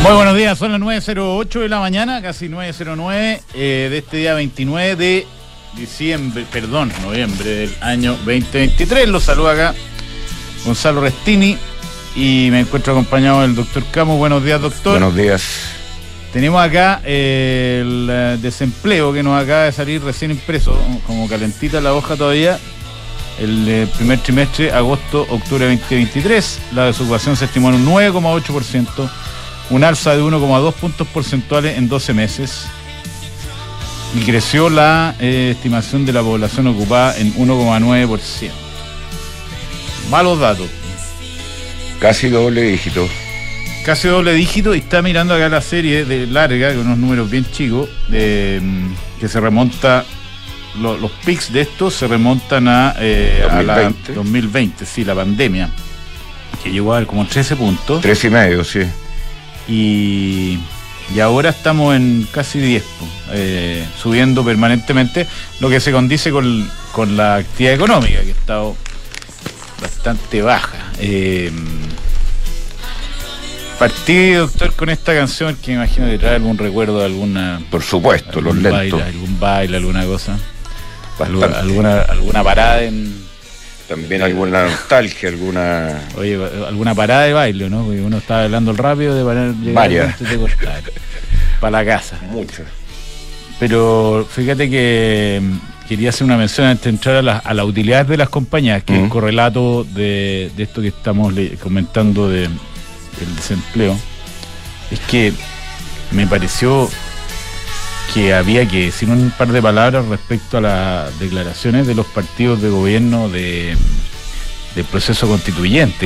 Muy buenos días, son las 9:08 de la mañana, casi 9:09 de este día 29 de noviembre del año 2023. Los saluda acá Gonzalo Restini y me encuentro acompañado del doctor Camus. Buenos días, doctor. Buenos días. Tenemos acá el desempleo que nos acaba de salir recién impreso, como calentita la hoja todavía. El primer trimestre, agosto-octubre 2023, la desocupación se estimó en un 9,8%, un alza de 1,2 puntos porcentuales en 12 meses, y creció la estimación de la población ocupada en 1,9%. Malos datos. Casi doble dígito. Casi doble dígito, y está mirando acá la serie de larga, con unos números bien chicos, que se remonta. Los pics de estos se remontan a la 2020, sí, la pandemia, que llegó a como 13 puntos. 13,5, sí. Y ahora estamos en casi 10, subiendo permanentemente, lo que se condice con la actividad económica, que ha estado bastante baja. Partí, doctor, con esta canción que me imagino que trae algún recuerdo de alguna... Por supuesto, los lentos. Algún baile, alguna cosa. Alguna parada en... También alguna nostalgia, alguna... Oye, alguna parada de baile, ¿no? Porque uno está bailando el rápido de parar... Varias. Para la casa. Muchas. Pero fíjate que quería hacer una mención antes de entrar a la utilidad de las compañías, que es el correlato de esto que estamos comentando del desempleo. Es que me pareció que había que decir un par de palabras respecto a las declaraciones de los partidos de gobierno del proceso constituyente,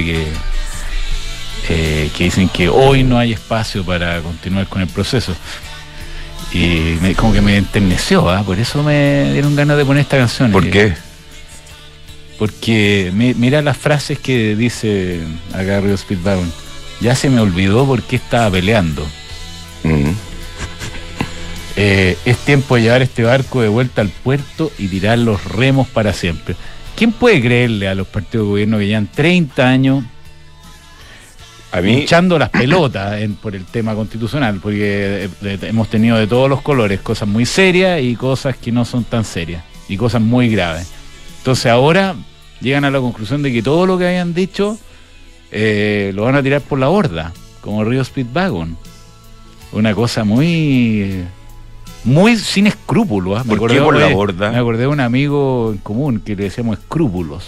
que dicen que hoy no hay espacio para continuar con el proceso. Y como que me enterneció, por eso me dieron ganas de poner esta canción. ¿Por qué? Porque mira las frases que dice acá Río Speedwagon. Ya se me olvidó por qué estaba peleando. Es tiempo de llevar este barco de vuelta al puerto y tirar los remos para siempre. ¿Quién puede creerle a los partidos de gobierno que llevan 30 años hinchando las pelotas por el tema constitucional? Porque hemos tenido de todos los colores, cosas muy serias y cosas que no son tan serias, y cosas muy graves. Entonces ahora llegan a la conclusión de que todo lo que habían dicho lo van a tirar por la borda, como Río Speedwagon. Una cosa muy sin escrúpulos. ¿Por qué por la borda? Me acordé de un amigo en común que le decíamos escrúpulos.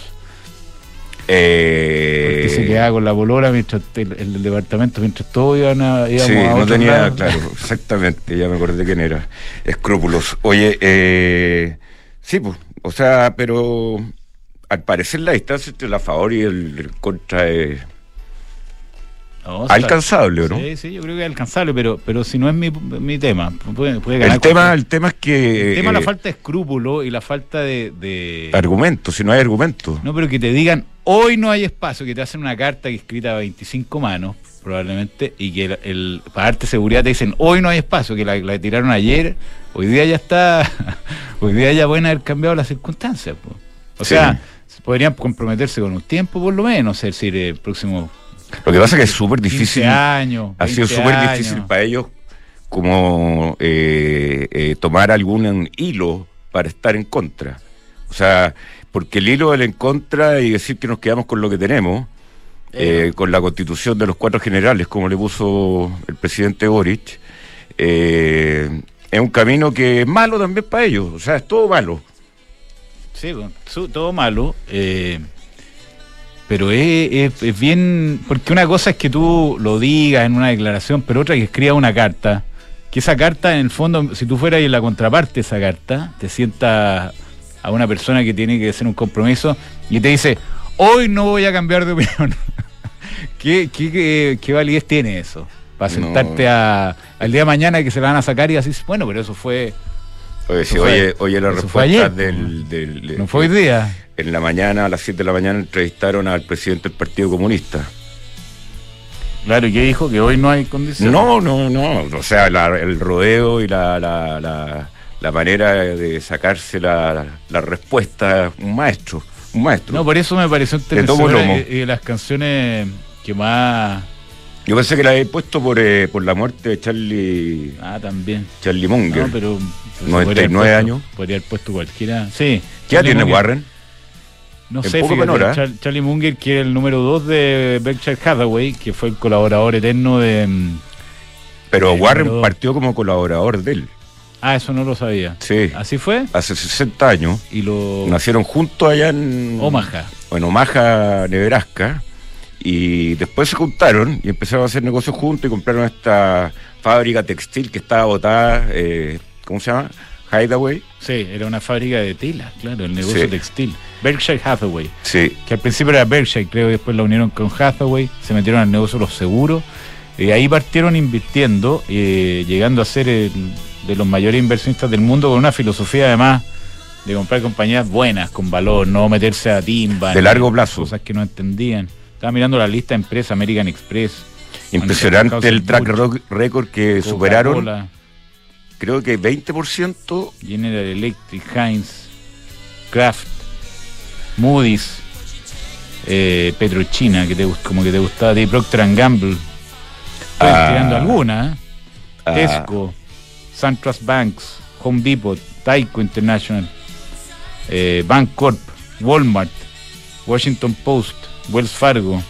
Porque se quedaba con la polola mientras el departamento, mientras todos íbamos sí, a no tenía lado. claro, exactamente, ya me acordé quién era. Escrúpulos. Oye, sí, pues, o sea, pero al parecer la distancia entre la favor y el contra es alcanzable, ¿o no? Sí, yo creo que es alcanzable, pero si no es mi tema, puede ganar. El tema es que... El tema es la falta de escrúpulo y la falta de... argumentos, si no hay argumentos. No, pero que te digan, hoy no hay espacio, que te hacen una carta que escrita a 25 manos, probablemente, y que para darte seguridad te dicen, hoy no hay espacio, que la tiraron ayer, hoy día ya está, hoy día ya pueden haber cambiado las circunstancias, pues. O sea, podrían comprometerse con un tiempo por lo menos, es decir, el próximo... Lo que pasa es que es súper difícil. 15 años. Ha sido súper difícil para ellos como tomar algún hilo para estar en contra. O sea, porque el hilo del en contra y decir que nos quedamos con lo que tenemos, con la constitución de los 4 generales, como le puso el presidente Boric, es un camino que es malo también para ellos. O sea, es todo malo. Sí, todo malo. Pero es bien, porque una cosa es que tú lo digas en una declaración, pero otra es que escribas una carta, que esa carta en el fondo, si tú fueras en la contraparte de esa carta, te sientas a una persona que tiene que hacer un compromiso y te dice, hoy no voy a cambiar de opinión. ¿Qué validez tiene eso? Para sentarte al día de mañana que se la van a sacar y así, bueno, pero eso fue... Oye, la respuesta no fue hoy día. En la mañana, a las 7 de la mañana, entrevistaron al presidente del Partido Comunista. Claro, ¿y qué dijo? Que hoy no hay condiciones. No. O sea, el rodeo y la manera de sacarse la respuesta, un maestro. No, por eso me pareció interesante. Y las canciones que más Yo pensé que la había puesto por la muerte de Charlie. También. Charlie Munger. No, pero 99 años. Podría haber puesto cualquiera. Sí. ¿Qué edad tiene Warren? No sé, fíjate, Charlie Munger, que es el número 2 de Berkshire Hathaway, que fue el colaborador eterno de... Pero Warren partió como colaborador de él. Eso no lo sabía. Sí. ¿Así fue? Hace 60 años. Nacieron juntos allá en... Omaha. En Omaha, Nebraska. Y después se juntaron y empezaron a hacer negocios juntos y compraron esta fábrica textil que estaba botada, ¿cómo se llama? Hathaway. Sí, era una fábrica de tela, claro, el negocio textil. Berkshire Hathaway. Sí. Que al principio era Berkshire, creo que después la unieron con Hathaway, se metieron al negocio de los seguros. Y ahí partieron invirtiendo, llegando a ser de los mayores inversionistas del mundo, con una filosofía además de comprar compañías buenas, con valor, no meterse a timba. De largo plazo. Cosas que no entendían. Estaba mirando la lista de empresas, American Express. Impresionante el track record que superaron. Creo que 20%. General Electric, Heinz, Kraft, Moody's, Petrochina, como que te gustaba, de Procter & Gamble. Estoy tirando alguna. Tesco, SunTrust Banks, Home Depot, Tyco International, Bancorp, Walmart, Washington Post, Wells Fargo,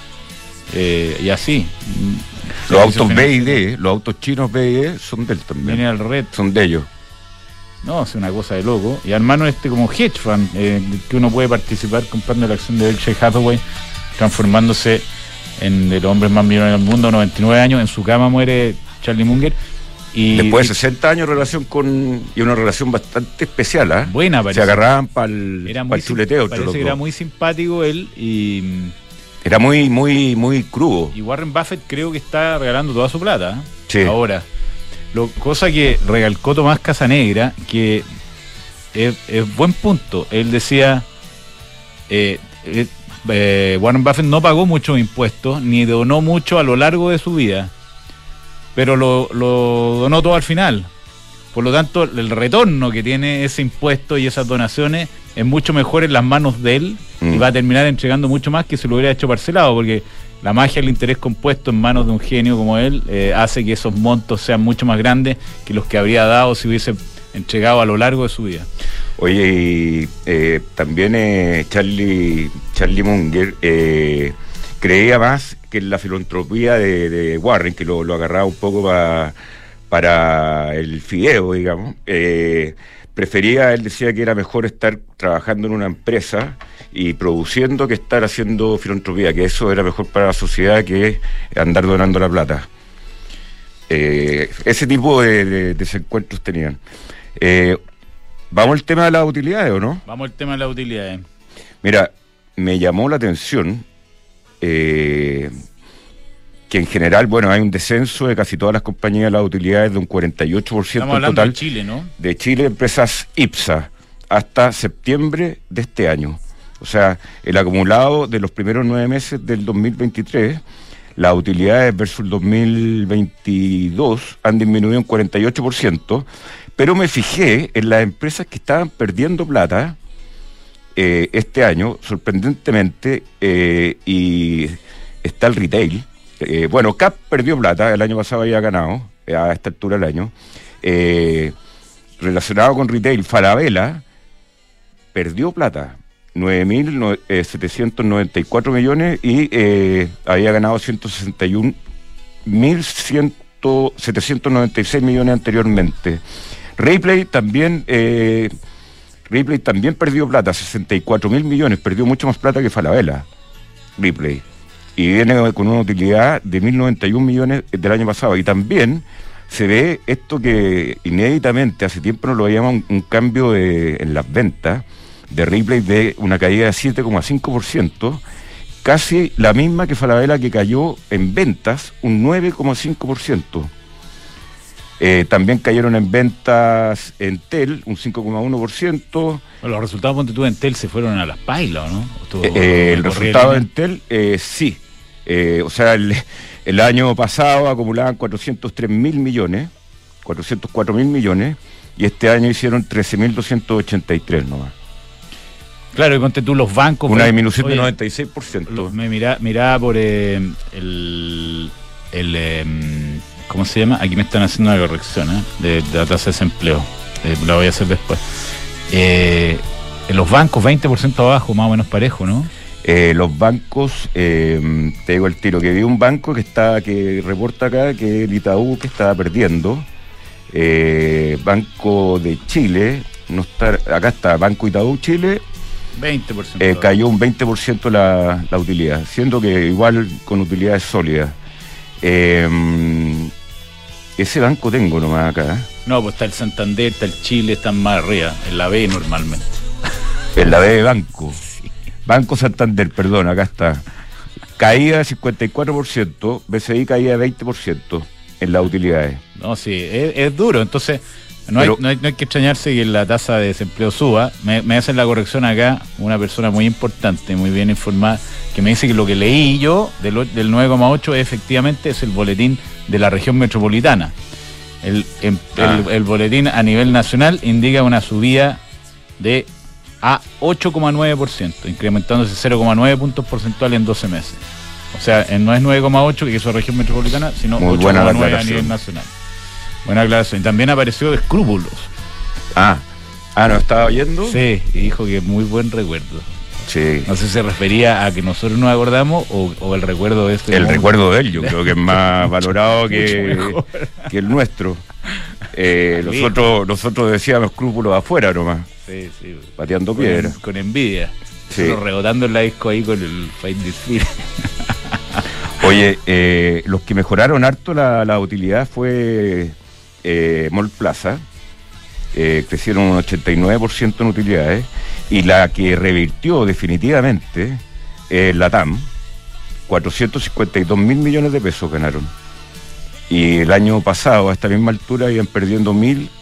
y así. Los autos B&D, los autos chinos B&D son de él también. General Red. Son de ellos. No, es una cosa de loco. Y hermano, como hedge fund, que uno puede participar comprando la acción de Berkshire Hathaway, transformándose en de los hombres más millonarios del mundo. 99 años, en su cama muere Charlie Munger. Y después de 60 años y una relación bastante especial, buena, parece. Se agarraban para el chuleteo. Parece que era muy simpático él y... Era muy, muy, muy crudo. Y Warren Buffett creo que está regalando toda su plata. Sí. Ahora, cosa que recalcó Tomás Casanegra, que es buen punto. Él decía, Warren Buffett no pagó muchos impuestos, ni donó mucho a lo largo de su vida, pero lo donó todo al final. Por lo tanto, el retorno que tiene ese impuesto y esas donaciones es mucho mejor en las manos de él y va a terminar entregando mucho más que si lo hubiera hecho parcelado, porque la magia del interés compuesto en manos de un genio como él hace que esos montos sean mucho más grandes que los que habría dado si hubiese entregado a lo largo de su vida. Oye, y también Charlie Munger creía más que en la filantropía de Warren, que lo agarraba un poco para el fideo, digamos. Él decía que era mejor estar trabajando en una empresa y produciendo que estar haciendo filantropía, que eso era mejor para la sociedad que andar donando la plata. Ese tipo de desencuentros tenían. ¿Vamos al tema de las utilidades o no? Vamos al tema de las utilidades. Mira, me llamó la atención que en general, hay un descenso de casi todas las compañías de las utilidades de un 48% Estamos hablando total. De Chile, ¿no? De Chile, empresas IPSA, hasta septiembre de este año. O sea, el acumulado de los primeros 9 meses del 2023, las utilidades versus el 2022 han disminuido un 48%, pero me fijé en las empresas que estaban perdiendo plata este año, sorprendentemente, y está el retail. Cap perdió plata, el año pasado había ganado, a esta altura del año. Relacionado con retail, Falabella perdió plata, 9.794 millones y había ganado 161.796 millones anteriormente. Ripley también perdió plata, 64.000 millones, perdió mucho más plata que Falabella, Ripley. Y viene con una utilidad de 1.091 millones del año pasado. Y también se ve esto que inéditamente, hace tiempo no lo veíamos, un cambio en las ventas de Ripley de una caída de 7,5%, casi la misma que Falabella, que cayó en ventas un 9,5%. También cayeron en ventas Entel un 5,1%. Los resultados, ponte tú, de Entel se fueron a las pailas, ¿no? El resultado de Entel, sí. El año pasado acumulaban 403.000 millones, 404.000 millones, y este año hicieron 13.283 nomás. Claro, y ponte tú los bancos. Una disminución de 96%. Mirá por ¿cómo se llama? Aquí me están haciendo una corrección de la tasa de desempleo. La voy a hacer después. En los bancos 20% abajo, más o menos parejo, ¿no? Los bancos, te digo el tiro, que vi un banco que reporta acá que el Itaú que estaba perdiendo. Banco de Chile, no está, acá está, Banco Itaú Chile, 20%. Cayó un 20% la utilidad, siendo que igual con utilidades sólidas. Ese banco tengo nomás acá. No, pues está el Santander, está el Chile, están más arriba, en la B normalmente. En la B de Banco. Banco Santander, perdón, acá está. Caída de 54%, BCI caída de 20% en las utilidades. No, sí, es duro, entonces no hay que extrañarse que la tasa de desempleo suba. Me hacen la corrección acá una persona muy importante, muy bien informada, que me dice que lo que leí yo del 9,8 efectivamente es el boletín de la región metropolitana. El boletín a nivel nacional indica una subida de a 8,9%, incrementándose 0,9 puntos porcentuales en 12 meses. O sea, no es 9,8 que es la región metropolitana, sino 8,9 a nivel nacional. Buena aclaración. Y también apareció de Escrúpulos. ¿No estaba oyendo? Sí, y dijo que muy buen recuerdo. Sí. No sé si se refería a que nosotros nos acordamos o el recuerdo de este. El recuerdo de él, yo creo que es más valorado que el nuestro. Nosotros decíamos Escrúpulos afuera nomás. Sí. Pateando piedras. Con envidia. Sí. Rebotando en la disco ahí con el Fight This Fear. Oye, los que mejoraron harto la utilidad fue Mall Plaza. Crecieron un 89% en utilidades. Y la que revirtió definitivamente la TAM, 452 mil millones de pesos ganaron. Y el año pasado, a esta misma altura, iban perdiendo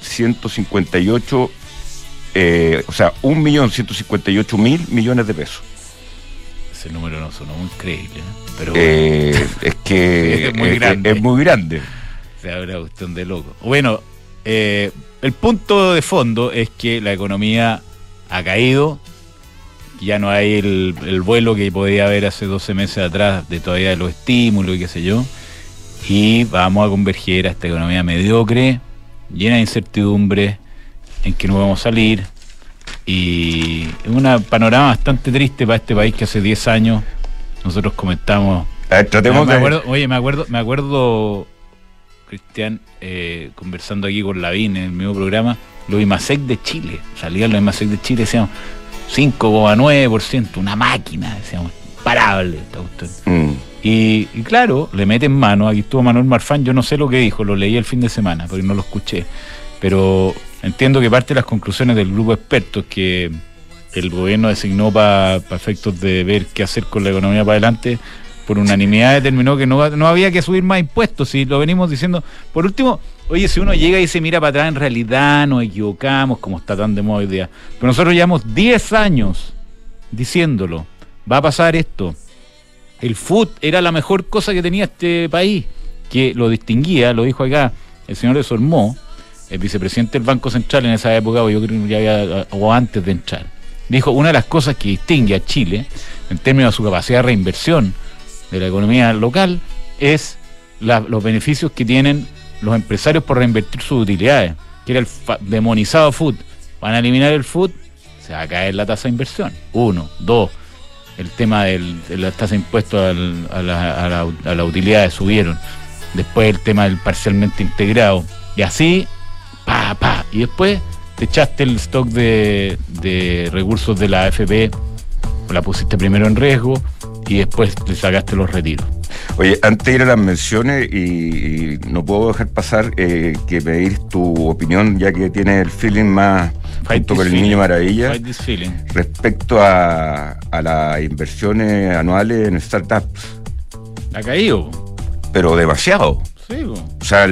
1.158, o sea, 1.158.000 millones de pesos. Ese número no sonó muy creíble, pero es que es muy grande. Es muy grande. O sea, una cuestión de loco. Bueno, el punto de fondo es que la economía ha caído, ya no hay el vuelo que podía haber hace 12 meses atrás de todavía de los estímulos y qué sé yo, y vamos a converger a esta economía mediocre, llena de incertidumbre, en que no vamos a salir, y es un panorama bastante triste para este país que hace 10 años nosotros comentamos. Me acuerdo, Cristian, conversando aquí con Lavín en el mismo programa, los IMASEC de Chile, salían los IMASEC de Chile, decíamos 5,9%, una máquina, decíamos, parable esta cuestión. Y claro, le meten mano, aquí estuvo Manuel Marfán, yo no sé lo que dijo, lo leí el fin de semana, porque no lo escuché, pero entiendo que parte de las conclusiones del grupo de expertos que el gobierno designó para efectos de ver qué hacer con la economía para adelante, por unanimidad determinó que no había que subir más impuestos, y lo venimos diciendo. Por último, oye, si uno llega y se mira para atrás, en realidad nos equivocamos, como está tan de moda hoy día. Pero nosotros llevamos 10 años diciéndolo, va a pasar esto. El food era la mejor cosa que tenía este país, que lo distinguía, lo dijo acá el señor de Sormó, el vicepresidente del Banco Central en esa época, o yo creo que ya había, o antes de entrar. Dijo, una de las cosas que distingue a Chile, en términos de su capacidad de reinversión de la economía local, es los beneficios que tienen los empresarios por reinvertir sus utilidades, que era el demonizado food. Van a eliminar el food, se va a caer la tasa de inversión. 1, 2, el tema de la tasa de impuestos a las utilidades subieron. Después el tema del parcialmente integrado. Y así, y después te echaste el stock de recursos de la AFP, la pusiste primero en riesgo y después le sacaste los retiros. Oye, antes de ir a las menciones, y no puedo dejar pasar que pedir tu opinión, ya que tienes el feeling más junto con el Niño Maravilla, respecto a las inversiones anuales en startups. Ha caído. Pero demasiado. Sí, o sea,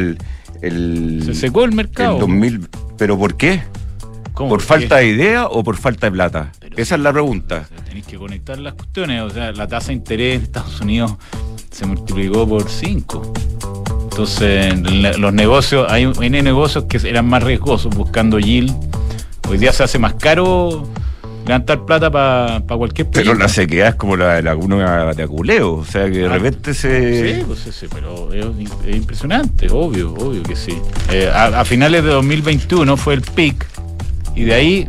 se secó el mercado. El 2000, ¿pero por qué? ¿Cómo? ¿Por falta de idea o por falta de plata? Pero esa es la pregunta. Tenéis que conectar las cuestiones. O sea, la tasa de interés en Estados Unidos se multiplicó por 5. Entonces, los negocios, hay negocios que eran más riesgosos buscando yield. Hoy día se hace más caro levantar plata para cualquier proyecto. Pero la sequedad es como la laguna de Aculeo, o sea que de repente se... Sí, pues sí, pero es impresionante, obvio que sí. A finales de 2021 fue el pic y de ahí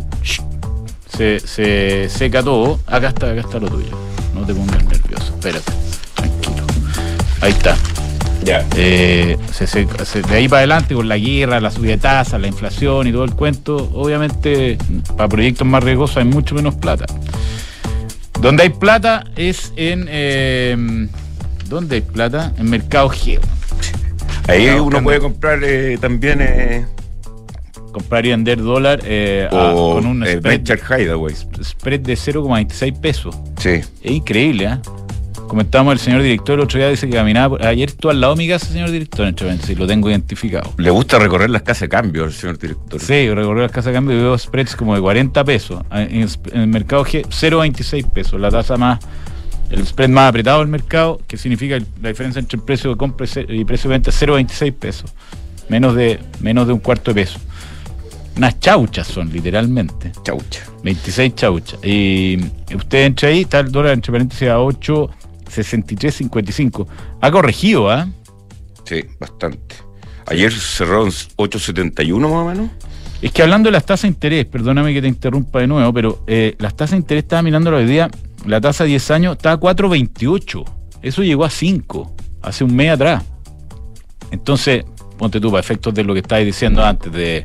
se seca todo. Acá está lo tuyo. No te pongas nervioso, espérate, tranquilo. Ahí está. Ya. De ahí para adelante, con la guerra, la subida de tasas, la inflación y todo el cuento, obviamente para proyectos más riesgosos hay mucho menos plata. Donde hay plata es en... ¿dónde hay plata? En Mercado Geo. Ahí uno puede comprar también... comprar y vender dólar con un spread de 0,26 pesos. Sí. Es increíble, ¿eh? Comentamos, el señor director el otro día dice que caminaba ayer tú al lado de mi casa, señor director, si lo tengo identificado. Le gusta recorrer las casas de cambio al señor director. Sí, recorrer las casas de cambio y veo spreads como de 40 pesos. En el mercado G, 0,26 pesos. La tasa más, el spread más apretado del mercado, que significa la diferencia entre el precio de compra y precio de venta, 0,26 pesos. Menos de un cuarto de peso. Unas chauchas son, literalmente. Chaucha. 26 chauchas. Y usted entra ahí, está el dólar entre paréntesis a 8.63.55. Ha corregido, ¿ah? Sí, bastante. Ayer cerró en 8.71 más o menos. Es que hablando de las tasas de interés, perdóname que te interrumpa de nuevo, pero las tasas de interés, estaba mirando hoy día, la tasa de 10 años está a 4.28. Eso llegó a 5 hace un mes atrás. Entonces, ponte tú, para efectos de lo que estabas diciendo antes, de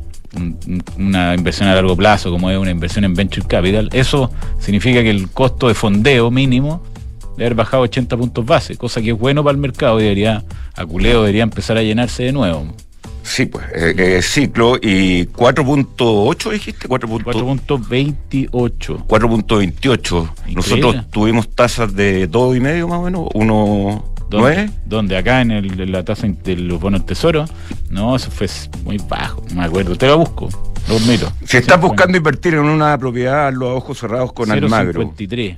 una inversión a largo plazo, como es una inversión en venture capital, eso significa que el costo de fondeo mínimo de haber bajado 80 puntos base, cosa que es bueno para el mercado y Aculeo debería empezar a llenarse de nuevo. Sí, pues, ciclo y 4.8 dijiste, 4.28. 4.28. Nosotros tuvimos tasas de 2,5 más o menos, 1.9. ¿Dónde? Acá en la tasa de los bonos del tesoro. No, eso fue muy bajo, no me acuerdo. Te lo busco, lo miro. Si estás buscando invertir en una propiedad, los ojos cerrados con Almagro. 0.53.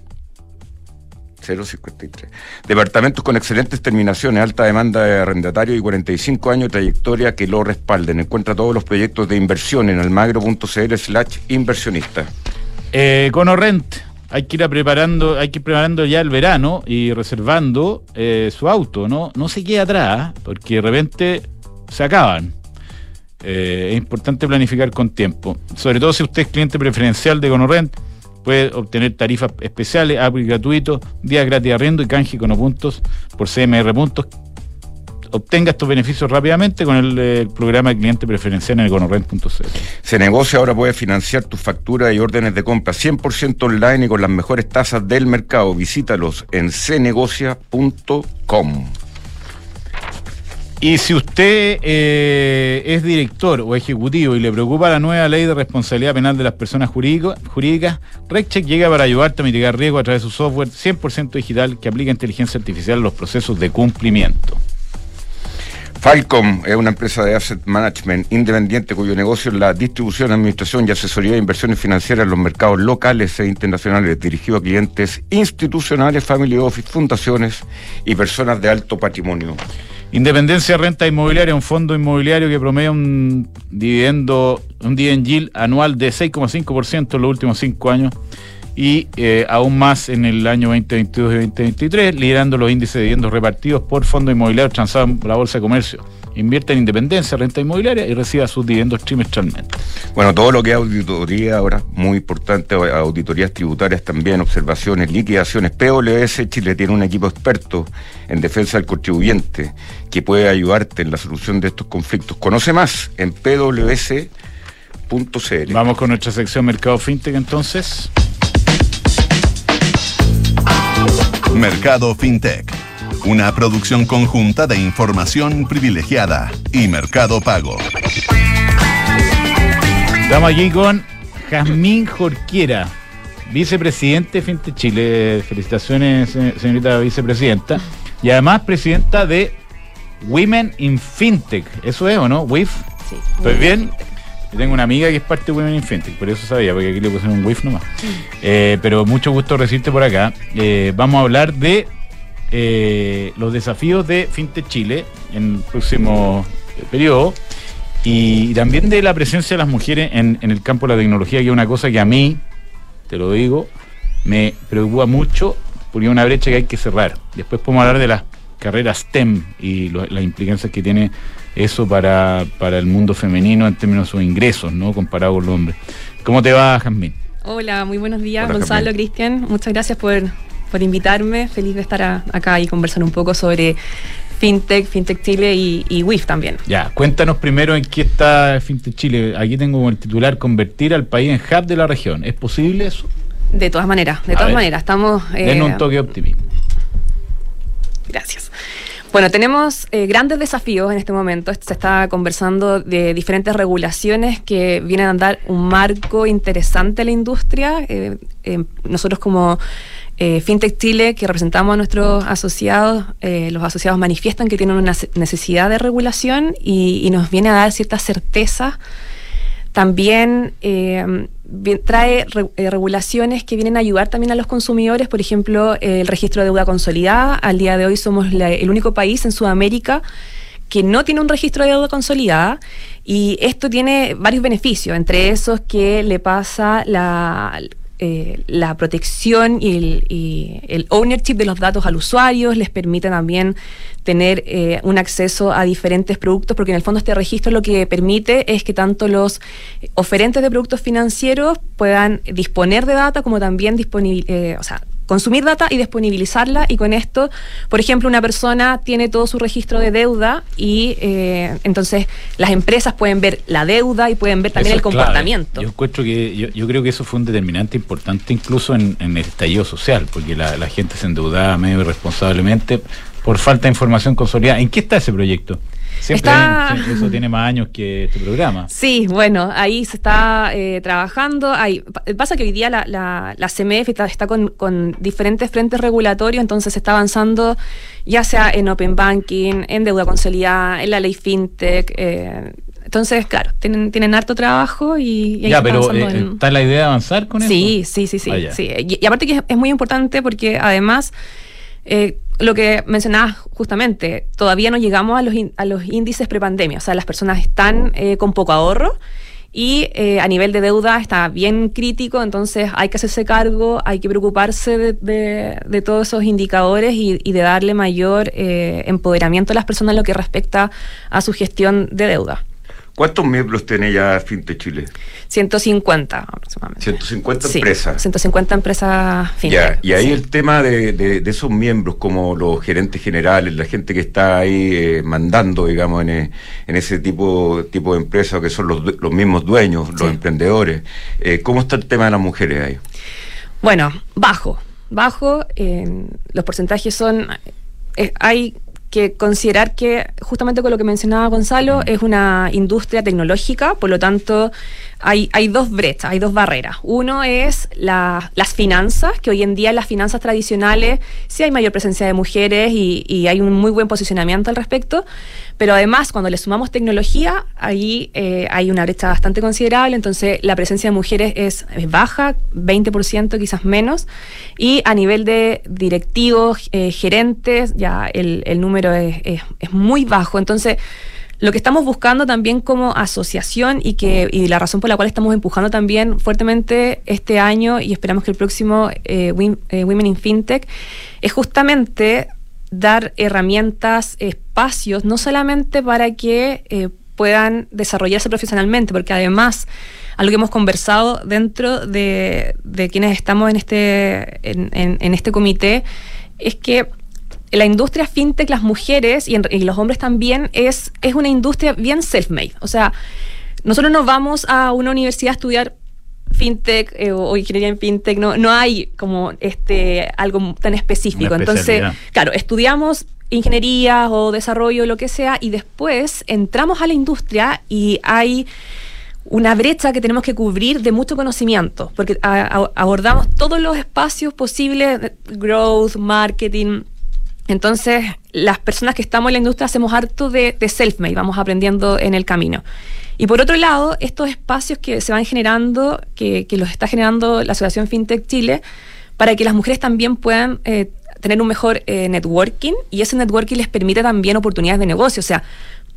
Departamentos con excelentes terminaciones, alta demanda de arrendatarios y 45 años de trayectoria que lo respalden. Encuentra todos los proyectos de inversión en almagro.cl/inversionista. Conorrent, hay que ir preparando ya el verano y reservando su auto, ¿no? No se quede atrás, porque de repente se acaban. Es importante planificar con tiempo. Sobre todo si usted es cliente preferencial de Conorrent, puede obtener tarifas especiales, upgrade gratuito, días gratis de arriendo y canje con puntos por CMR puntos. Obtenga estos beneficios rápidamente con el programa de cliente preferencial en el conorrent.cl. Cenegocia ahora puede financiar tus facturas y órdenes de compra 100% online y con las mejores tasas del mercado. Visítalos en cenegocia.com. Y si usted es director o ejecutivo y le preocupa la nueva ley de responsabilidad penal de las personas jurídicas, RecCheck llega para ayudarte a mitigar riesgo a través de su software 100% digital que aplica inteligencia artificial a los procesos de cumplimiento. Falcom es una empresa de asset management independiente cuyo negocio es la distribución, administración y asesoría de inversiones financieras en los mercados locales e internacionales, dirigido a clientes institucionales, family office, fundaciones y personas de alto patrimonio. Independencia Renta Inmobiliaria, un fondo inmobiliario que promedia un dividend yield anual de 6,5% en los últimos 5 años y aún más en el año 2022 y 2023, liderando los índices de dividendos repartidos por fondos inmobiliarios transados en la Bolsa de Comercio. Invierte en Independencia Renta Inmobiliaria y reciba sus dividendos trimestralmente. Bueno, todo lo que es auditoría ahora, muy importante, auditorías tributarias también, observaciones, liquidaciones. PwC Chile tiene un equipo experto en defensa del contribuyente que puede ayudarte en la solución de estos conflictos. Conoce más en pwc.cl. Vamos con nuestra sección Mercado Fintech entonces. Mercado Fintech, una producción conjunta de Información Privilegiada y Mercado Pago. Estamos aquí con Jazmín Jorquera, vicepresidente de Fintech Chile. Felicitaciones, señorita vicepresidenta. Y además presidenta de Women in Fintech. ¿Eso es o no? ¿WIF? Sí. ¿Estoy bien? Yo tengo una amiga que es parte de Women in Fintech, por eso sabía, porque aquí le pusieron un WIF nomás. Pero mucho gusto recibirte por acá. Vamos a hablar de los desafíos de Fintech Chile en el próximo periodo y también de la presencia de las mujeres en el campo de la tecnología, que es una cosa que a mí te lo digo, me preocupa mucho porque es una brecha que hay que cerrar. Después podemos hablar de las carreras STEM y las implicancias que tiene eso para el mundo femenino en términos de sus ingresos, ¿no? Comparado con los hombres. ¿Cómo te va, Jazmín? Hola, muy buenos días. Hola, Gonzalo, Jazmín. Cristian, muchas gracias por invitarme. Feliz de estar acá y conversar un poco sobre FinTech Chile y WIF también. Ya, cuéntanos primero en qué está FinTech Chile. Aquí tengo como el titular: convertir al país en hub de la región. ¿Es posible eso? De todas maneras, estamos... Denos un toque de optimismo. Gracias. Bueno, tenemos grandes desafíos en este momento. Se está conversando de diferentes regulaciones que vienen a dar un marco interesante a la industria. Nosotros como FinTech Chile, que representamos a nuestros asociados, los asociados manifiestan que tienen una necesidad de regulación y nos viene a dar cierta certeza. También trae regulaciones que vienen a ayudar también a los consumidores, por ejemplo, el registro de deuda consolidada. Al día de hoy somos el único país en Sudamérica que no tiene un registro de deuda consolidada, y esto tiene varios beneficios, entre esos que le pasa la protección y el ownership de los datos al usuario, les permite también tener un acceso a diferentes productos, porque en el fondo este registro lo que permite es que tanto los oferentes de productos financieros puedan disponer de data como también consumir data y disponibilizarla, y con esto, por ejemplo, una persona tiene todo su registro de deuda y entonces las empresas pueden ver la deuda y pueden ver también el comportamiento. Yo encuentro que yo creo que eso fue un determinante importante incluso en el estallido social, porque la gente se endeudaba medio irresponsablemente por falta de información consolidada. ¿En qué está ese proyecto? Eso tiene más años que este programa. Sí, bueno, ahí se está trabajando. Pasa que hoy día la CMF está con diferentes frentes regulatorios, entonces se está avanzando ya sea en Open Banking, en deuda consolidada, en la ley FinTech. Entonces, claro, tienen harto trabajo y ya, pero ¿está la idea de avanzar con eso? Sí. Y aparte que es muy importante porque además... lo que mencionabas justamente, todavía no llegamos a los índices prepandemia, o sea, las personas están con poco ahorro y a nivel de deuda está bien crítico, entonces hay que hacerse cargo, hay que preocuparse de todos esos indicadores y de darle mayor empoderamiento a las personas en lo que respecta a su gestión de deuda. ¿Cuántos miembros tiene ya FinTech Chile? 150 aproximadamente. 150 sí, empresas. 150 empresas FinTech. Ya, y ahí sí. El tema de esos miembros, como los gerentes generales, la gente que está ahí mandando, digamos, en ese tipo de empresas, que son los mismos dueños, sí. Los emprendedores. ¿Cómo está el tema de las mujeres ahí? Bueno, bajo. Los porcentajes son... hay que considerar que, justamente con lo que mencionaba Gonzalo, es una industria tecnológica, por lo tanto hay dos brechas, hay dos barreras. Uno es las finanzas, que hoy en día en las finanzas tradicionales sí hay mayor presencia de mujeres y hay un muy buen posicionamiento al respecto, pero además cuando le sumamos tecnología, ahí hay una brecha bastante considerable, entonces la presencia de mujeres es baja, 20% quizás menos, y a nivel de directivos, gerentes, ya el número es muy bajo. Entonces lo que estamos buscando también como asociación y la razón por la cual estamos empujando también fuertemente este año y esperamos que el próximo Women in FinTech es justamente dar herramientas, espacios, no solamente para que puedan desarrollarse profesionalmente, porque además algo que hemos conversado dentro de quienes estamos en este comité es que la industria FinTech, las mujeres y los hombres también, es una industria bien self-made. O sea, nosotros no vamos a una universidad a estudiar FinTech o ingeniería en FinTech, no hay como algo tan específico. Entonces, claro, estudiamos ingeniería o desarrollo, lo que sea, y después entramos a la industria y hay una brecha que tenemos que cubrir de mucho conocimiento, porque abordamos todos los espacios posibles, growth, marketing. Entonces, las personas que estamos en la industria hacemos harto de self-made, vamos aprendiendo en el camino. Y por otro lado, estos espacios que se van generando, que los está generando la Asociación FinTech Chile, para que las mujeres también puedan tener un mejor networking, y ese networking les permite también oportunidades de negocio. O sea,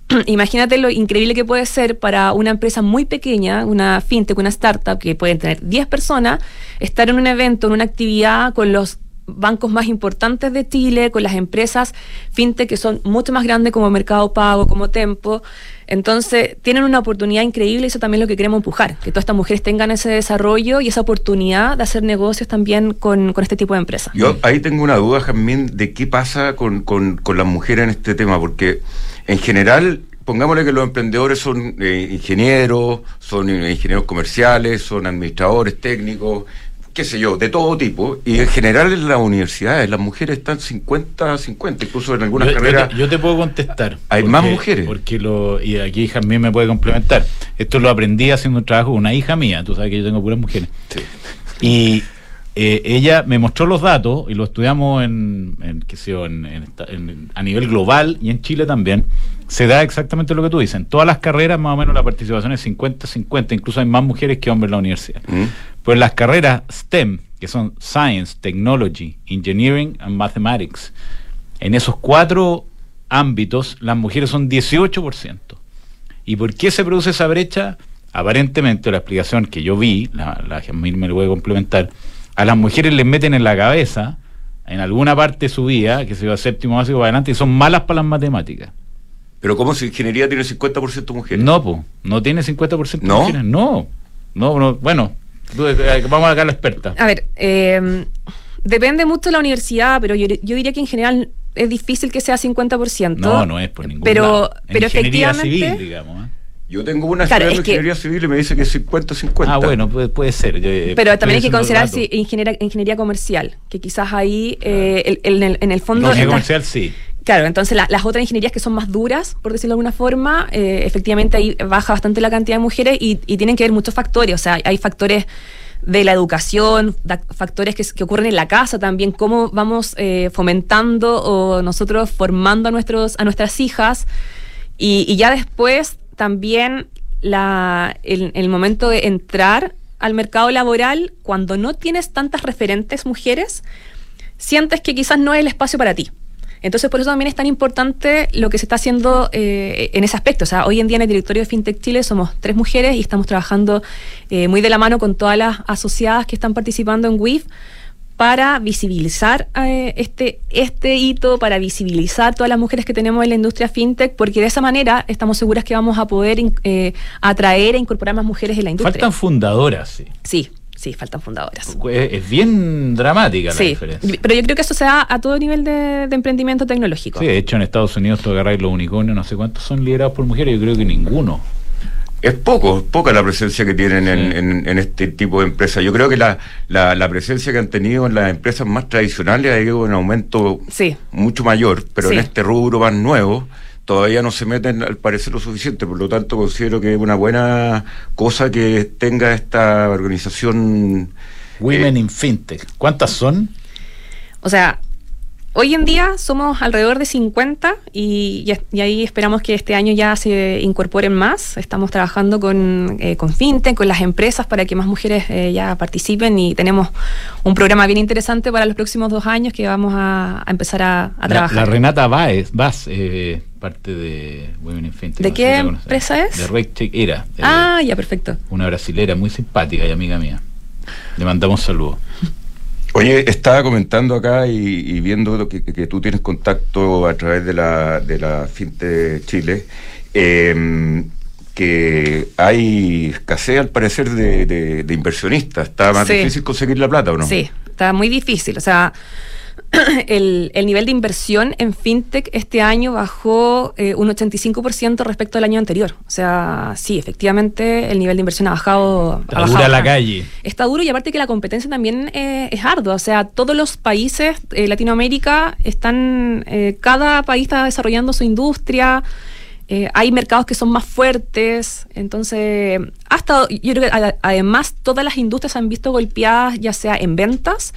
imagínate lo increíble que puede ser para una empresa muy pequeña, una fintech, una startup, que pueden tener 10 personas, estar en un evento, en una actividad con los bancos más importantes de Chile, con las empresas fintech que son mucho más grandes como Mercado Pago, como Tempo. Entonces tienen una oportunidad increíble y eso también es lo que queremos empujar, que todas estas mujeres tengan ese desarrollo y esa oportunidad de hacer negocios también con este tipo de empresas. Yo ahí tengo una duda, Jazmín, de qué pasa con las mujeres en este tema, porque en general, pongámosle que los emprendedores son ingenieros, son ingenieros comerciales, son administradores técnicos, qué sé yo, de todo tipo, y en general en las universidades las mujeres están 50-50, incluso en algunas carreras. Yo te puedo contestar. Hay más mujeres. Y aquí Jazmín me puede complementar. Esto lo aprendí haciendo un trabajo con una hija mía, tú sabes que yo tengo puras mujeres. Sí. Y ella me mostró los datos, y lo estudiamos a nivel global y en Chile también. Se da exactamente lo que tú dices. En todas las carreras más o menos la participación es 50-50, incluso hay más mujeres que hombres en la universidad. Pues en las carreras STEM, que son Science, Technology, Engineering and Mathematics, en esos 4 ámbitos las mujeres son 18%. ¿Y por qué se produce esa brecha? Aparentemente la explicación que yo vi, la Jazmín me lo voy a complementar, a las mujeres les meten en la cabeza, en alguna parte de su vida, que se va a séptimo básico para adelante, y son malas para las matemáticas. Pero ¿cómo si ingeniería tiene 50% mujeres? No, no tiene 50% ¿No? mujeres. No, bueno, vamos acá a la experta. A ver, depende mucho de la universidad, pero yo diría que en general es difícil que sea 50%. No es por ningún pero, lado. Pero ingeniería efectivamente, civil, digamos. Yo tengo una estudiante de ingeniería civil y me dice que es 50-50. Ah, bueno, puede ser. Pero también hay que considerar ingeniería comercial, que quizás ahí en el fondo... Ingeniería comercial, sí. Claro, entonces las otras ingenierías que son más duras, por decirlo de alguna forma, efectivamente ahí baja bastante la cantidad de mujeres y tienen que ver muchos factores. O sea, hay factores de la educación, factores que ocurren en la casa también, cómo vamos fomentando o nosotros formando a nuestras hijas y ya después también el momento de entrar al mercado laboral, cuando no tienes tantas referentes mujeres, sientes que quizás no es el espacio para ti. Entonces, por eso también es tan importante lo que se está haciendo en ese aspecto. O sea, hoy en día en el directorio de FinTech Chile somos 3 mujeres y estamos trabajando muy de la mano con todas las asociadas que están participando en WIF para visibilizar este hito, para visibilizar todas las mujeres que tenemos en la industria FinTech, porque de esa manera estamos seguras que vamos a poder atraer e incorporar más mujeres en la industria. Faltan fundadoras, sí. Sí, faltan fundadoras. Es bien dramática la diferencia. Pero yo creo que eso se da a todo nivel de emprendimiento tecnológico. Sí, de hecho en Estados Unidos tú agarráis los unicornios, no sé cuántos son liderados por mujeres, yo creo que ninguno. Es poca la presencia que tienen en este tipo de empresas. Yo creo que la presencia que han tenido en las empresas más tradicionales ha ido en aumento mucho mayor, pero en este rubro más nuevo todavía no se meten al parecer lo suficiente, por lo tanto considero que es una buena cosa que tenga esta organización. Women in FinTech, ¿cuántas son? O sea, hoy en día somos alrededor de 50 y ahí esperamos que este año ya se incorporen más. Estamos trabajando con FinTech, con las empresas para que más mujeres ya participen y tenemos un programa bien interesante para los próximos 2 años que vamos a empezar a trabajar. La Renata Vaz, parte de Women in FinTech. ¿De qué empresa es? De RateCheck era. Ya, perfecto. Una brasilera muy simpática y amiga mía. Le mandamos saludos. Oye, estaba comentando acá y viendo que tú tienes contacto a través de la FinTech Chile, que hay escasez al parecer de inversionistas. ¿Está más difícil conseguir la plata o no? Sí, está muy difícil. O sea, el nivel de inversión en FinTech este año bajó un 85% respecto al año anterior. O sea, sí, efectivamente el nivel de inversión ha bajado. Está dura la calle. Está duro y aparte que la competencia también es ardua. O sea, todos los países de Latinoamérica están, cada país está desarrollando su industria. Hay mercados que son más fuertes, entonces yo creo que además todas las industrias se han visto golpeadas, ya sea en ventas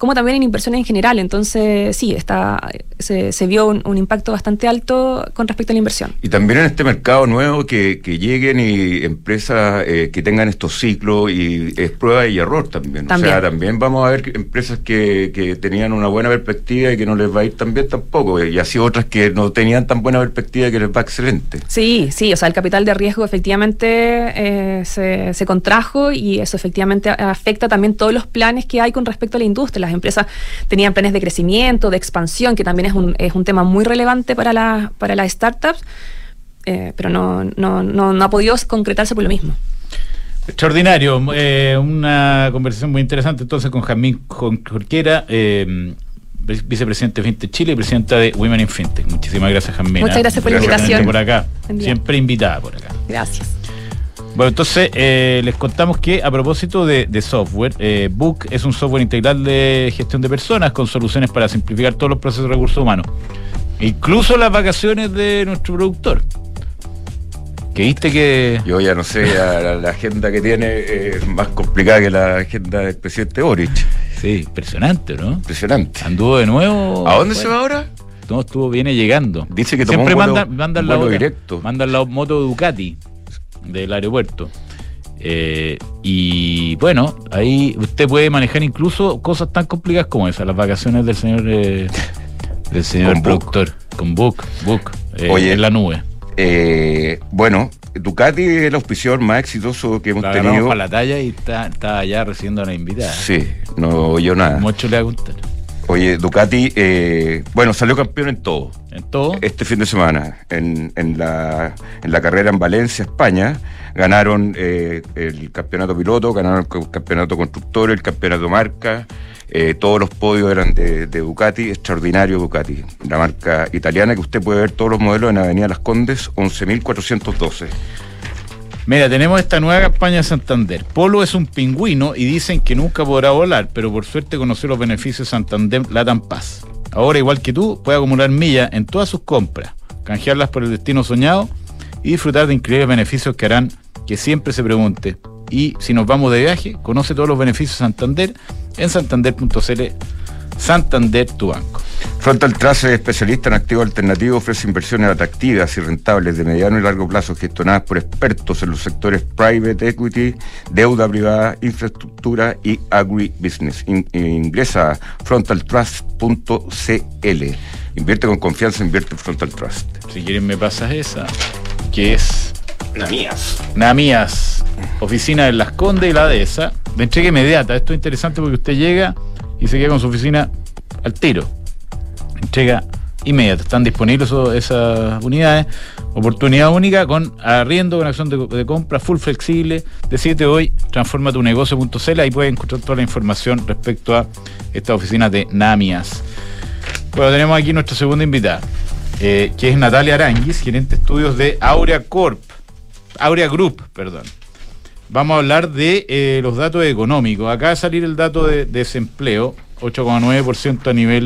como también en inversiones en general. Entonces, sí, se vio un impacto bastante alto con respecto a la inversión. Y también en este mercado nuevo que lleguen y empresas que tengan estos ciclos y es prueba y error también. O sea, también vamos a ver empresas que tenían una buena perspectiva y que no les va a ir tan bien tampoco, y así otras que no tenían tan buena perspectiva y que les va excelente. Sí, o sea, el capital de riesgo efectivamente se contrajo, y eso efectivamente afecta también todos los planes que hay con respecto a la industria. Las empresas tenían planes de crecimiento, de expansión, que también es un tema muy relevante para las startups, pero no ha podido concretarse por lo mismo. Extraordinario, una conversación muy interesante entonces con Jazmín Jorquera, vicepresidente de FinTech Chile y presidenta de Women in FinTech. Muchísimas gracias, Jazmín. Muchas gracias por la invitación. Por acá, siempre invitada por acá. Gracias. Bueno, entonces les contamos que a propósito de software, Book es un software integral de gestión de personas con soluciones para simplificar todos los procesos de recursos humanos, incluso las vacaciones de nuestro productor. ¿Qué viste que...? Yo ya no sé, la agenda que tiene es más complicada que la agenda del presidente Boric. Sí, impresionante, ¿no? Impresionante. ¿Anduvo de nuevo? ¿A dónde se va ahora? No, viene llegando. Dice que tomó siempre un vuelo directo. Mandan la moto Ducati del aeropuerto. Y bueno, ahí usted puede manejar incluso cosas tan complicadas como esas, las vacaciones del señor productor. Con Book. Oye, en la nube. Bueno, Ducati es el auspiciador más exitoso que hemos tenido. Para la talla y está allá recibiendo a una invitada. Sí, no oyó nada. Mucho le va a contar. Oye, Ducati, bueno, salió campeón en todo. ¿En todo? Este fin de semana, en la carrera en Valencia, España, ganaron el campeonato piloto, ganaron el campeonato constructor, el campeonato marca. Todos los podios eran de Ducati, extraordinario Ducati, la marca italiana, que usted puede ver todos los modelos en Avenida Las Condes, 11.412. Mira, tenemos esta nueva campaña de Santander. Polo es un pingüino y dicen que nunca podrá volar, pero por suerte conoció los beneficios de Santander Latam Paz. Ahora, igual que tú, puede acumular millas en todas sus compras, canjearlas por el destino soñado y disfrutar de increíbles beneficios que harán que siempre se pregunte: y si nos vamos de viaje, conoce todos los beneficios de Santander en santander.cl. Santander, tu banco. Frontal Trust es especialista en activos alternativos, ofrece inversiones atractivas y rentables de mediano y largo plazo gestionadas por expertos en los sectores private equity, deuda privada, infraestructura y agribusiness. Ingresa a frontaltrust.cl. Invierte con confianza, invierte en Frontal Trust. Si quieren me pasas esa, que es Namías, oficina de Las Condes y la Dehesa, de entrega inmediata. Esto es interesante porque usted llega y se queda con su oficina al tiro. Entrega inmediata. Están disponibles esas unidades. Oportunidad única con arriendo, con acción de compra full flexible. Decídete hoy, transforma tu negocio.cl. Ahí puedes encontrar toda la información respecto a esta oficina de Namías. Bueno, tenemos aquí nuestra segunda invitada, que es Natalia Aranguis, gerente de estudios de Aurea Group. Vamos a hablar de los datos económicos. Acaba de salir el dato de desempleo, 8,9%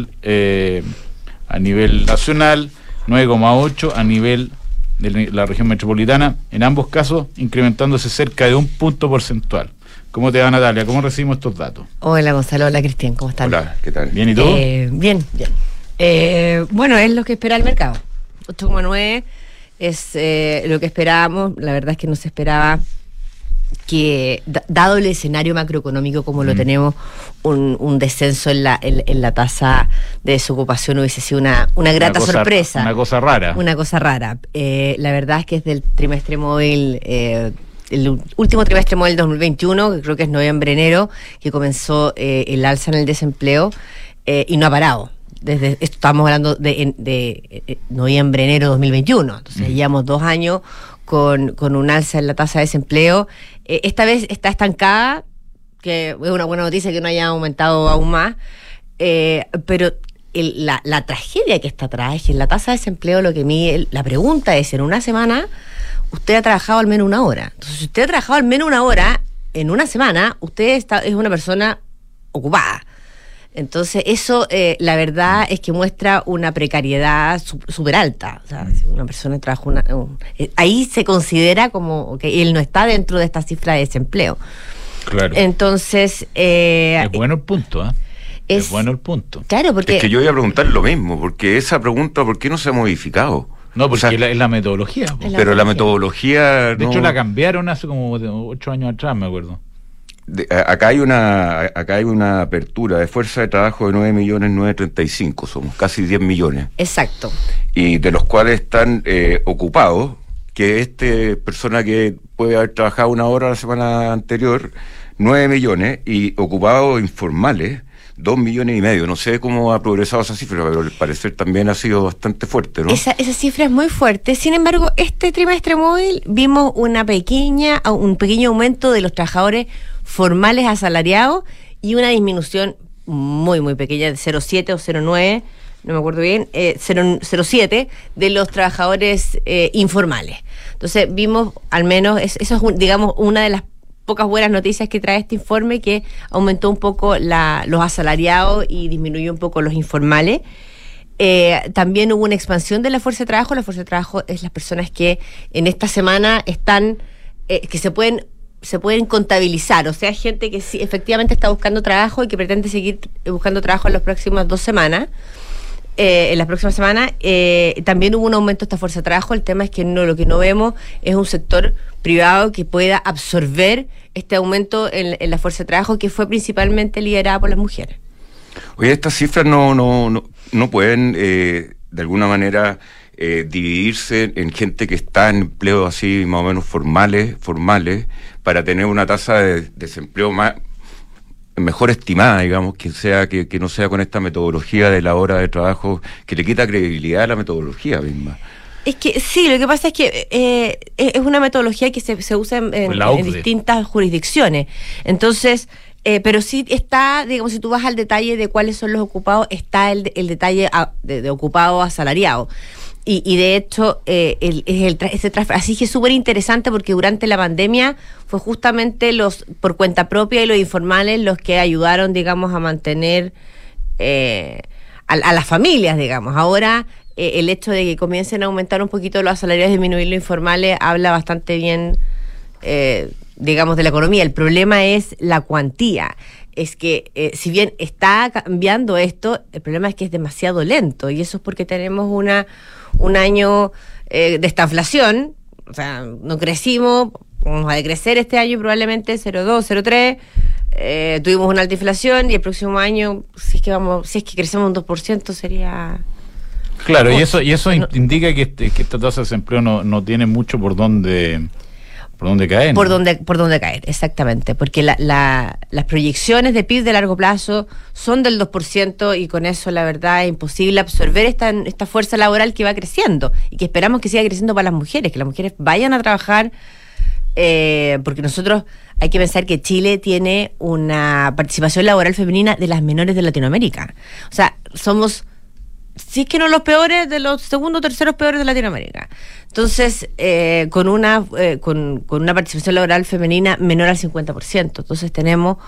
a nivel nacional, 9,8% a nivel de la región metropolitana, en ambos casos incrementándose cerca de un punto porcentual. ¿Cómo te va, Natalia? ¿Cómo recibimos estos datos? Hola, Gonzalo. Hola, Cristian. ¿Cómo están? Hola, ¿qué tal? ¿Bien y tú? Bien. Bueno, es lo que espera el mercado. 8,9% es lo que esperábamos. La verdad es que no se esperaba que, dado el escenario macroeconómico como lo tenemos, un descenso en la tasa de desocupación hubiese sido una grata sorpresa. Una cosa rara. La verdad es que es del trimestre móvil, el último trimestre móvil 2021, que creo que es noviembre-enero, que comenzó el alza en el desempleo y no ha parado. Desde esto estamos hablando de noviembre-enero 2021. Entonces llevamos 2 años con un alza en la tasa de desempleo. Esta vez está estancada, que es una buena noticia que no haya aumentado aún más, pero la tragedia que está atrás es que en la tasa de desempleo lo que mide, la pregunta es: en una semana usted ha trabajado al menos 1 hora. Entonces, si usted ha trabajado al menos 1 hora en una semana, usted es una persona ocupada. Entonces, eso, la verdad es que muestra una precariedad súper alta. O sea, si una persona trabaja ahí se considera como que él no está dentro de esta cifra de desempleo. Claro. Entonces... es bueno el punto, ¿eh? Es bueno el punto. Claro, porque... Es que yo iba a preguntar lo mismo, porque esa pregunta, ¿por qué no se ha modificado? No, porque es la metodología. Pero la metodología... De hecho, la cambiaron hace como 8 años atrás, me acuerdo. Acá hay una apertura de fuerza de trabajo de 9.935.000, somos casi 10 millones. Exacto. Y de los cuales están ocupados, que persona que puede haber trabajado 1 hora la semana anterior, 9 millones, y ocupados informales, 2,5 millones. No sé cómo ha progresado esa cifra, pero al parecer también ha sido bastante fuerte, ¿no? Esa cifra es muy fuerte. Sin embargo, este trimestre móvil vimos un pequeño aumento de los trabajadores formales asalariados y una disminución muy, muy pequeña de 0,7 o 0,9, no me acuerdo bien, 0,7 de los trabajadores informales. Entonces vimos, al menos, eso es, digamos, una de las pocas buenas noticias que trae este informe, que aumentó un poco los asalariados y disminuyó un poco los informales. También hubo una expansión de la fuerza de trabajo. La fuerza de trabajo es las personas que en esta semana están, que se pueden contabilizar, o sea, gente que sí, efectivamente está buscando trabajo y que pretende seguir buscando trabajo en las próximas 2 semanas. En las próximas semanas también hubo un aumento de esta fuerza de trabajo. El tema es que lo que no vemos es un sector privado que pueda absorber este aumento en la fuerza de trabajo, que fue principalmente liderada por las mujeres. Oye, estas cifras no pueden de alguna manera dividirse en gente que está en empleo así más o menos formales, para tener una tasa de desempleo mejor estimada, digamos, que no sea con esta metodología de la hora de trabajo, que le quita credibilidad a la metodología misma. Es que sí, lo que pasa es que es una metodología que se usa en distintas jurisdicciones. Entonces, pero sí está, digamos, si tú vas al detalle de cuáles son los ocupados, está el detalle de ocupado asalariado. Y de hecho, así que es súper interesante, porque durante la pandemia fue justamente los por cuenta propia y los informales los que ayudaron, digamos, a mantener a las familias, digamos. Ahora, el hecho de que comiencen a aumentar un poquito los asalariados y disminuir los informales habla bastante bien, digamos, de la economía. El problema es la cuantía. Es que si bien está cambiando esto, el problema es que es demasiado lento, y eso es porque tenemos un año de estanflación. O sea, no crecimos, vamos a decrecer este año probablemente 0,2, 0,3, tuvimos una alta inflación, y el próximo año, si es que crecemos un 2%, sería... Claro, y eso indica que esta tasa de desempleo no tiene mucho por dónde caer, ¿no? Por dónde caer, exactamente, porque las proyecciones de PIB de largo plazo son del 2%, y con eso la verdad es imposible absorber esta fuerza laboral que va creciendo, y que esperamos que siga creciendo para las mujeres, que las mujeres vayan a trabajar, porque nosotros hay que pensar que Chile tiene una participación laboral femenina de las menores de Latinoamérica. O sea, somos... si es que no los peores, de los segundos o terceros peores de Latinoamérica. Entonces, con una participación laboral femenina menor al 50%. Entonces tenemos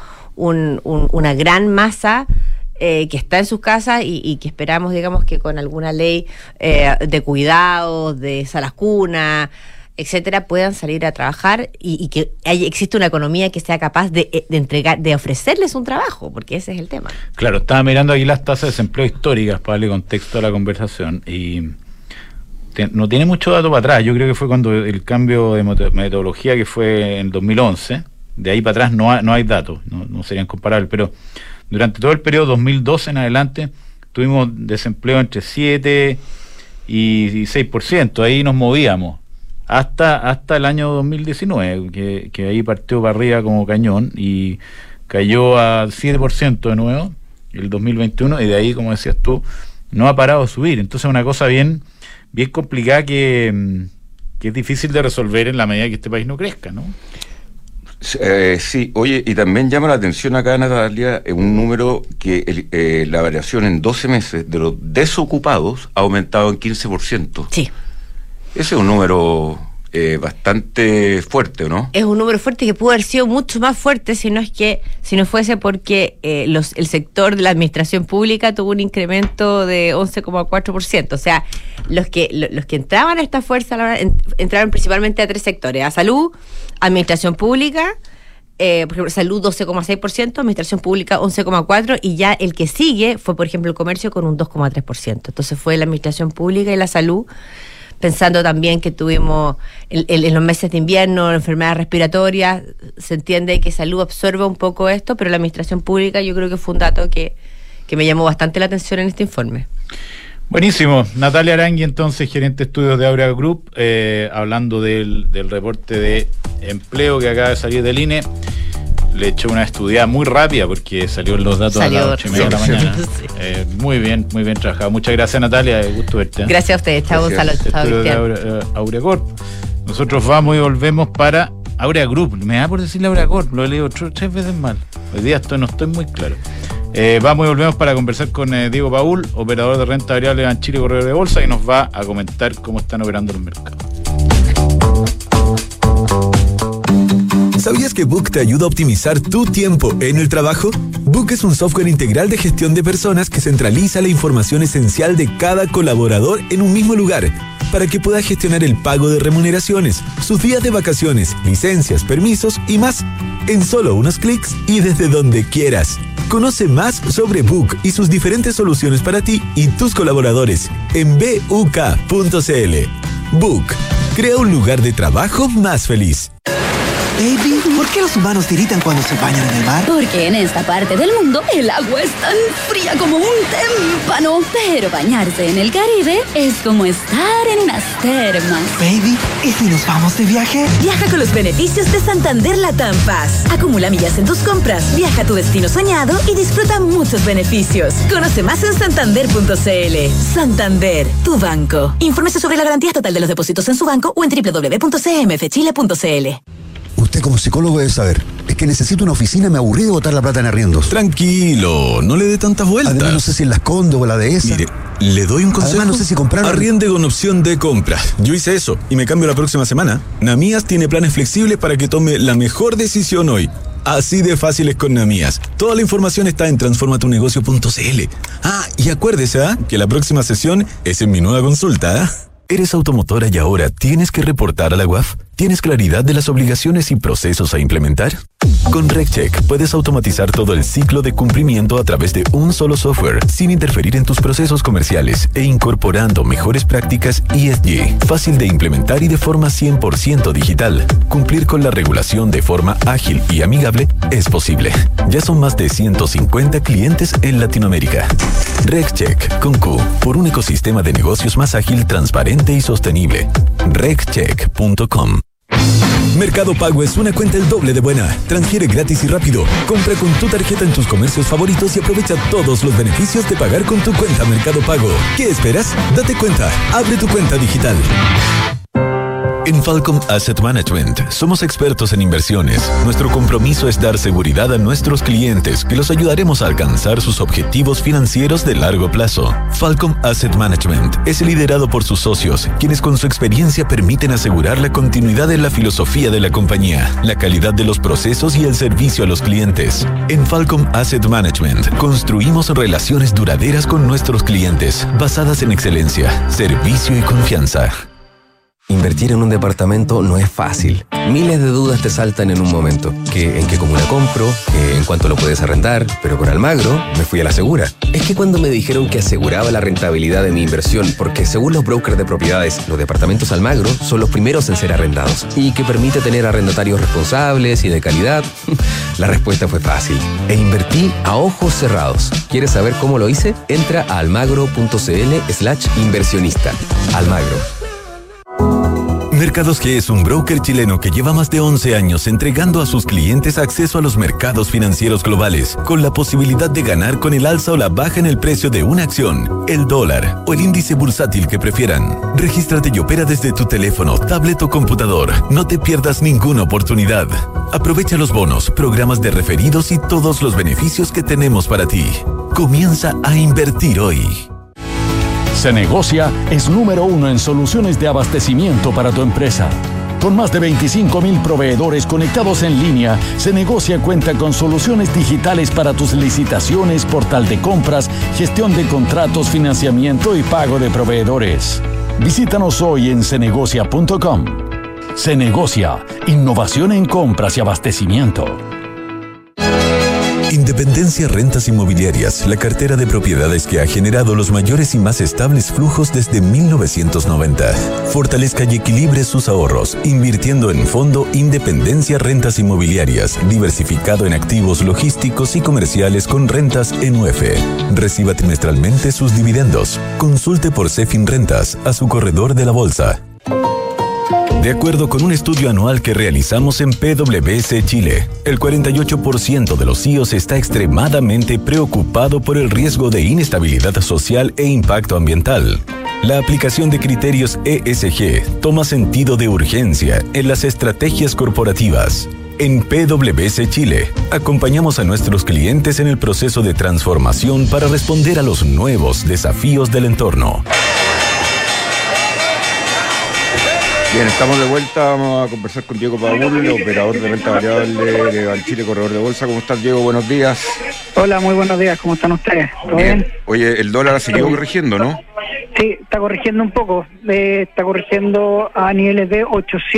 una gran masa que está en sus casas, y que esperamos, digamos, que con alguna ley de cuidados, de salas cuna, etcétera, puedan salir a trabajar, y que existe una economía que sea capaz de entregar, de ofrecerles un trabajo, porque ese es el tema. Claro, estaba mirando aquí las tasas de desempleo históricas para darle contexto a la conversación, y no tiene mucho dato para atrás. Yo creo que fue cuando el cambio de metodología, que fue en 2011, de ahí para atrás no hay datos, no serían comparables, pero durante todo el periodo 2012 en adelante tuvimos desempleo entre 7 y 6%, ahí nos movíamos. Hasta el año 2019, que ahí partió para arriba como cañón y cayó a 7% de nuevo el 2021, y de ahí, como decías tú, no ha parado de subir. Entonces es una cosa bien complicada que es difícil de resolver en la medida que este país no crezca, ¿no? Sí, oye, y también llama la atención acá, Natalia, un número que la variación en 12 meses de los desocupados ha aumentado en 15%. Sí. Ese es un número bastante fuerte, ¿no? Es un número fuerte, que pudo haber sido mucho más fuerte si no fuese porque el sector de la administración pública tuvo un incremento de 11,4%. O sea, los que entraban a esta fuerza entraron principalmente a 3 sectores: a salud, administración pública por ejemplo, salud 12,6%, administración pública 11,4%, y ya el que sigue fue, por ejemplo, el comercio con un 2,3%. Entonces fue la administración pública y la salud, pensando también que tuvimos en los meses de invierno enfermedades respiratorias. Se entiende que salud absorbe un poco esto, pero la administración pública yo creo que fue un dato que me llamó bastante la atención en este informe. Buenísimo. Natalia Arangui, entonces, gerente de estudios de Aurea Group, hablando del reporte de empleo que acaba de salir del INE. Le he hecho una estudiada muy rápida porque salieron los datos a las 8:30 de la mañana. Sí. Muy bien trabajado. Muchas gracias, Natalia. Gusto verte. Gracias a ustedes. Chao, Gonzalo. Chao, Aurea Corp. Nosotros vamos y volvemos para Aurea Group. Me da por decirle Aurea Corp. Lo he leído 3 veces mal. Hoy día no estoy muy claro. Vamos y volvemos para conversar con Diego Paul, operador de renta variable de Banchile Corredor de Bolsa, y nos va a comentar cómo están operando los mercados. ¿Sabías que Book te ayuda a optimizar tu tiempo en el trabajo? Book es un software integral de gestión de personas que centraliza la información esencial de cada colaborador en un mismo lugar, para que pueda gestionar el pago de remuneraciones, sus días de vacaciones, licencias, permisos y más, en solo unos clics y desde donde quieras. Conoce más sobre Book y sus diferentes soluciones para ti y tus colaboradores en buk.cl. Book, crea un lugar de trabajo más feliz. Baby, ¿por qué los humanos tiritan cuando se bañan en el mar? Porque en esta parte del mundo el agua es tan fría como un témpano. Pero bañarse en el Caribe es como estar en unas termas. Baby, ¿y si nos vamos de viaje? Viaja con los beneficios de Santander Latam Paz. Acumula millas en tus compras, viaja a tu destino soñado y disfruta muchos beneficios. Conoce más en santander.cl. Santander, tu banco. Infórmese sobre la garantía total de los depósitos en su banco o en www.cmfchile.cl. Usted como psicólogo debe saber, es que necesito una oficina, me aburrí de botar la plata en arriendos. Tranquilo, no le dé tantas vueltas. Además no sé si en la esconde o la de esa. Mire, le doy un consejo. Además no sé si comprar. Arriende con opción de compra. Yo hice eso y me cambio la próxima semana. Namías tiene planes flexibles para que tome la mejor decisión hoy. Así de fácil es con Namías. Toda la información está en transformatunegocio.cl. Y acuérdese, que la próxima sesión es en mi nueva consulta. ¿Eres automotora y ahora tienes que reportar a la UAF? ¿Tienes claridad de las obligaciones y procesos a implementar? Con RegCheck puedes automatizar todo el ciclo de cumplimiento a través de un solo software, sin interferir en tus procesos comerciales e incorporando mejores prácticas ESG. Fácil de implementar y de forma 100% digital. Cumplir con la regulación de forma ágil y amigable es posible. Ya son más de 150 clientes en Latinoamérica. RegCheck con Q, por un ecosistema de negocios más ágil, transparente y sostenible. regcheck.com. Mercado Pago es una cuenta el doble de buena. Transfiere gratis y rápido. Compra con tu tarjeta en tus comercios favoritos y aprovecha todos los beneficios de pagar con tu cuenta Mercado Pago. ¿Qué esperas? Date cuenta. Abre tu cuenta digital. En Falcom Asset Management somos expertos en inversiones. Nuestro compromiso es dar seguridad a nuestros clientes, que los ayudaremos a alcanzar sus objetivos financieros de largo plazo. Falcom Asset Management es liderado por sus socios, quienes con su experiencia permiten asegurar la continuidad de la filosofía de la compañía, la calidad de los procesos y el servicio a los clientes. En Falcom Asset Management construimos relaciones duraderas con nuestros clientes, basadas en excelencia, servicio y confianza. Invertir en un departamento no es fácil. Miles de dudas te saltan en un momento. ¿En qué comuna compro? ¿En cuánto lo puedes arrendar? Pero con Almagro me fui a la segura. Es que cuando me dijeron que aseguraba la rentabilidad de mi inversión, porque según los brokers de propiedades, los departamentos Almagro son los primeros en ser arrendados y que permite tener arrendatarios responsables y de calidad, la respuesta fue fácil. E invertí a ojos cerrados. ¿Quieres saber cómo lo hice? Entra a almagro.cl/inversionista. Almagro. Mercados G es un broker chileno que lleva más de 11 años entregando a sus clientes acceso a los mercados financieros globales, con la posibilidad de ganar con el alza o la baja en el precio de una acción, el dólar o el índice bursátil que prefieran. Regístrate y opera desde tu teléfono, tablet o computador. No te pierdas ninguna oportunidad. Aprovecha los bonos, programas de referidos y todos los beneficios que tenemos para ti. Comienza a invertir hoy. Cenegocia es número 1 en soluciones de abastecimiento para tu empresa. Con más de 25,000 proveedores conectados en línea, Cenegocia cuenta con soluciones digitales para tus licitaciones, portal de compras, gestión de contratos, financiamiento y pago de proveedores. Visítanos hoy en cenegocia.com. Se negocia. Innovación en compras y abastecimiento. Independencia Rentas Inmobiliarias, la cartera de propiedades que ha generado los mayores y más estables flujos desde 1990. Fortalezca y equilibre sus ahorros, invirtiendo en Fondo Independencia Rentas Inmobiliarias, diversificado en activos logísticos y comerciales con rentas en UF. Reciba trimestralmente sus dividendos. Consulte por Cefin Rentas a su corredor de la bolsa. De acuerdo con un estudio anual que realizamos en PwC Chile, el 48% de los CEOs está extremadamente preocupado por el riesgo de inestabilidad social e impacto ambiental. La aplicación de criterios ESG toma sentido de urgencia en las estrategias corporativas. En PwC Chile, acompañamos a nuestros clientes en el proceso de transformación para responder a los nuevos desafíos del entorno. Bien, estamos de vuelta, vamos a conversar con Diego Paul, operador de renta variable de Banchile, corredor de bolsa. ¿Cómo estás, Diego? Buenos días. Hola, muy buenos días, ¿cómo están ustedes? ¿Todo bien? Oye, el dólar ha seguido corrigiendo, ¿no? Sí, está corrigiendo un poco, está corrigiendo a niveles de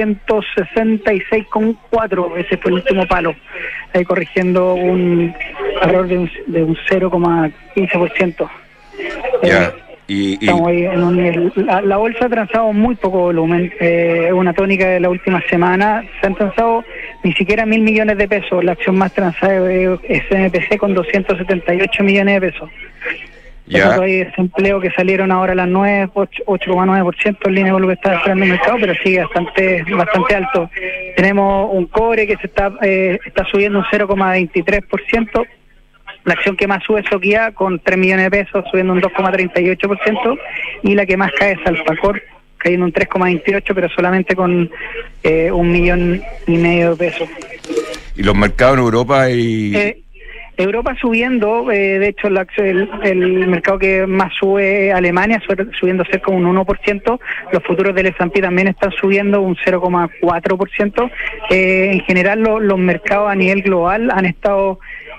866,4, ese fue el último palo, ahí corrigiendo un error de un 0,15%. Ya. Estamos ahí en un nivel. La bolsa ha transado muy poco volumen, una tónica de la última semana. Se han transado ni siquiera 1.000 millones de pesos. La acción más transada es MPC con 278 millones de pesos. Ya. Hay desempleo que salieron ahora a las 8,9% en línea con lo que está esperando el mercado, pero sigue bastante alto. Tenemos un cobre que se está subiendo un 0,23%. La acción que más sube es Sofía con 3 millones de pesos, subiendo un 2,38%, y la que más cae es Alfacor, cayendo un 3,28%, pero solamente con 1,5 millones de pesos. ¿Y los mercados en Europa Europa subiendo, de hecho el mercado que más sube Alemania, subiendo cerca de un 1%, los futuros del S&P también están subiendo un 0,4%. En general los mercados a nivel global han estado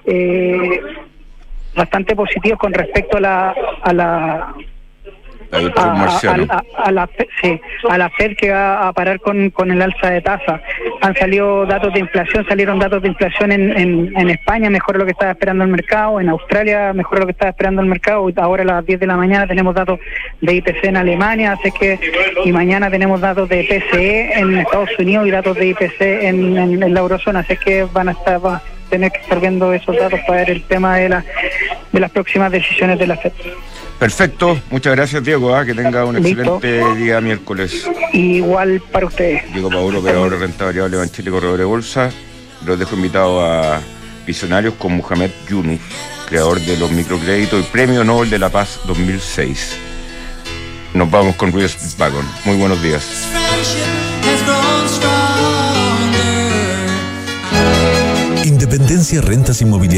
bastante positivos con respecto a la Fed, que va a parar con el alza de tasa. Han salido datos de inflación, en España, mejor lo que estaba esperando el mercado, en Australia mejor lo que estaba esperando el mercado, ahora a las 10 de la mañana tenemos datos de IPC en Alemania, y mañana tenemos datos de PCE en Estados Unidos y datos de IPC en la eurozona, así que van a tener que estar viendo esos datos para ver el tema de las próximas decisiones de la Fed. Perfecto, muchas gracias, Diego, que tenga un excelente día miércoles. Igual para ustedes. Diego Paul, operador de renta variable Banchile, corredor de bolsa. Los dejo invitados a Visionarios con Mohamed Yunus, creador de los microcréditos y Premio Nobel de la Paz 2006. Nos vamos con Ruido Speedwagon. Muy buenos días. Independencia Rentas Inmobiliarias.